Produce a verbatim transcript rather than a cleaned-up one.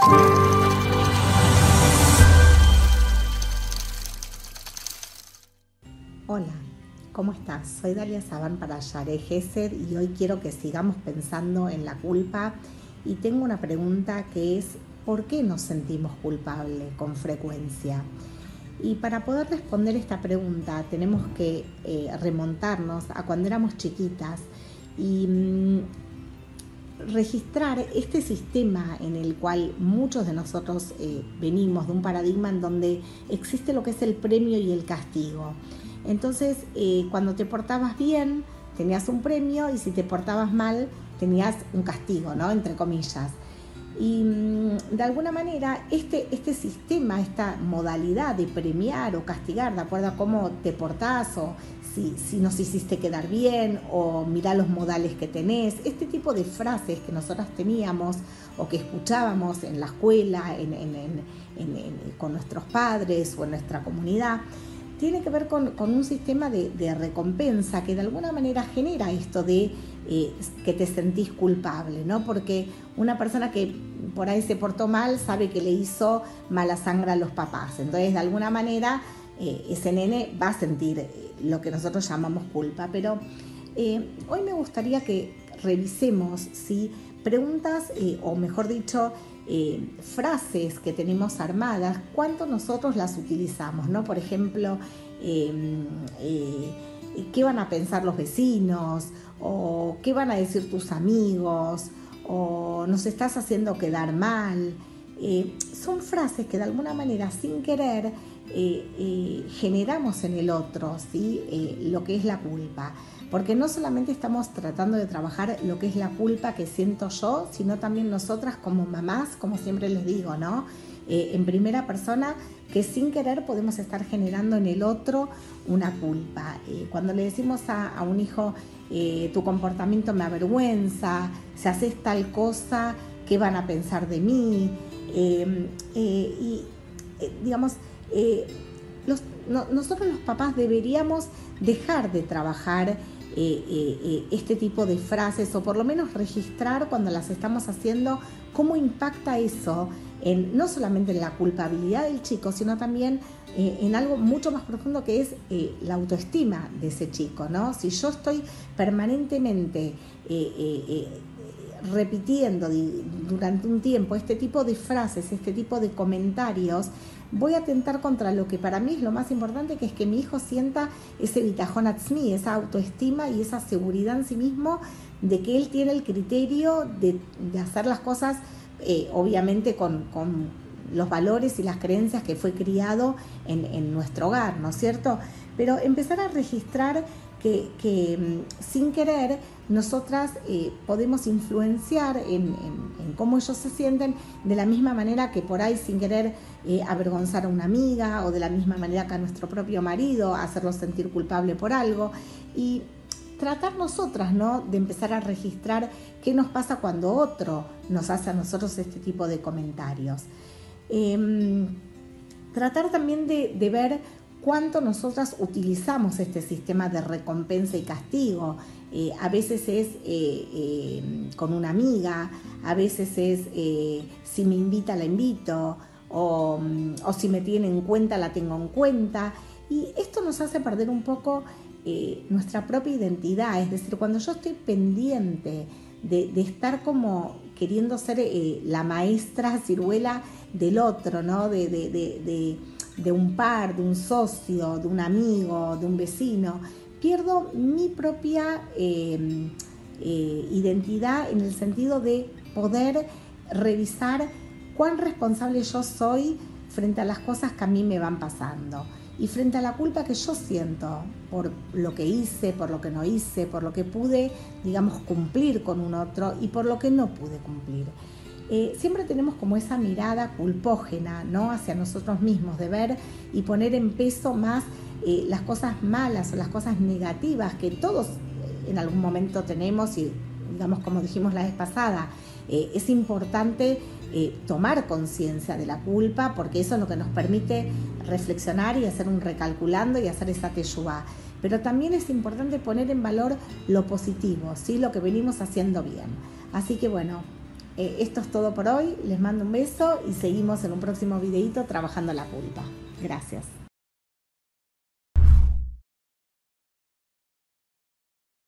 Hola, ¿cómo estás? Soy Dalia Sabán para Yaré Gesed y hoy quiero que sigamos pensando en la culpa y tengo una pregunta que es ¿por qué nos sentimos culpables con frecuencia? Y para poder responder esta pregunta tenemos que eh, remontarnos a cuando éramos chiquitas y mmm, registrar este sistema en el cual muchos de nosotros eh, venimos de un paradigma en donde existe lo que es el premio y el castigo. Entonces, eh, cuando te portabas bien, tenías un premio y si te portabas mal, tenías un castigo, ¿no? Entre comillas. Y de alguna manera, este, este sistema, esta modalidad de premiar o castigar, de acuerdo a cómo te portás o si, si nos hiciste quedar bien o mirá los modales que tenés, este tipo de frases que nosotros teníamos o que escuchábamos en la escuela, en, en, en, en, en, con nuestros padres o en nuestra comunidad, tiene que ver con, con un sistema de, de recompensa que de alguna manera genera esto de eh, que te sentís culpable, ¿no? Porque una persona que por ahí se portó mal sabe que le hizo mala sangre a los papás. Entonces, de alguna manera, eh, ese nene va a sentir eh, lo que nosotros llamamos culpa. Pero eh, hoy me gustaría que revisemos, ¿sí? Preguntas, eh, o mejor dicho, Eh, frases que tenemos armadas, cuánto nosotros las utilizamos, ¿no? Por ejemplo, eh, eh, ¿qué van a pensar los vecinos? ¿O qué van a decir tus amigos? ¿O nos estás haciendo quedar mal? Eh, son frases que de alguna manera, sin querer, eh, eh, generamos en el otro, ¿sí? Eh, lo que es la culpa. Porque no solamente estamos tratando de trabajar lo que es la culpa que siento yo, sino también nosotras como mamás, como siempre les digo, ¿no? Eh, en primera persona, que sin querer podemos estar generando en el otro una culpa. Eh, cuando le decimos a, a un hijo, eh, tu comportamiento me avergüenza, si haces tal cosa, ¿qué van a pensar de mí? Eh, eh, y, eh, digamos, eh, los, no, nosotros los papás deberíamos dejar de trabajar Eh, eh, este tipo de frases o por lo menos registrar cuando las estamos haciendo cómo impacta eso en, no solamente en la culpabilidad del chico, sino también eh, en algo mucho más profundo que es eh, la autoestima de ese chico, ¿no? Si yo estoy permanentemente eh, eh, eh, repitiendo di, durante un tiempo este tipo de frases, este tipo de comentarios, voy a atentar contra lo que para mí es lo más importante, que es que mi hijo sienta ese bitajón atzmi, esa autoestima y esa seguridad en sí mismo de que él tiene el criterio de, de hacer las cosas, eh, obviamente con, con los valores y las creencias que fue criado en, en nuestro hogar, ¿no es cierto? Pero empezar a registrar que, que sin querer nosotras eh, podemos influenciar en, en, en cómo ellos se sienten, de la misma manera que por ahí sin querer eh, avergonzar a una amiga, o de la misma manera que a nuestro propio marido, hacerlo sentir culpable por algo, y tratar nosotras, ¿no?, de empezar a registrar qué nos pasa cuando otro nos hace a nosotros este tipo de comentarios. Eh, tratar también de, de ver cuánto nosotras utilizamos este sistema de recompensa y castigo. Eh, a veces es eh, eh, con una amiga, a veces es eh, si me invita la invito, o, o si me tiene en cuenta la tengo en cuenta, y esto nos hace perder un poco eh, nuestra propia identidad. Es decir, cuando yo estoy pendiente de, de estar como queriendo ser eh, la maestra ciruela del otro, ¿no? de, de, de, de de un par, de un socio, de un amigo, de un vecino, pierdo mi propia eh, eh, identidad en el sentido de poder revisar cuán responsable yo soy frente a las cosas que a mí me van pasando y frente a la culpa que yo siento por lo que hice, por lo que no hice, por lo que pude, digamos, cumplir con un otro y por lo que no pude cumplir. Eh, siempre tenemos como esa mirada culpógena, ¿no?, hacia nosotros mismos, de ver y poner en peso más eh, las cosas malas o las cosas negativas que todos en algún momento tenemos y, digamos, como dijimos la vez pasada, eh, es importante eh, tomar conciencia de la culpa, porque eso es lo que nos permite reflexionar y hacer un recalculando y hacer esa teshuvá. Pero también es importante poner en valor lo positivo, ¿sí?, lo que venimos haciendo bien. Así que bueno, Eh, esto es todo por hoy, les mando un beso y seguimos en un próximo videito trabajando la culpa. Gracias.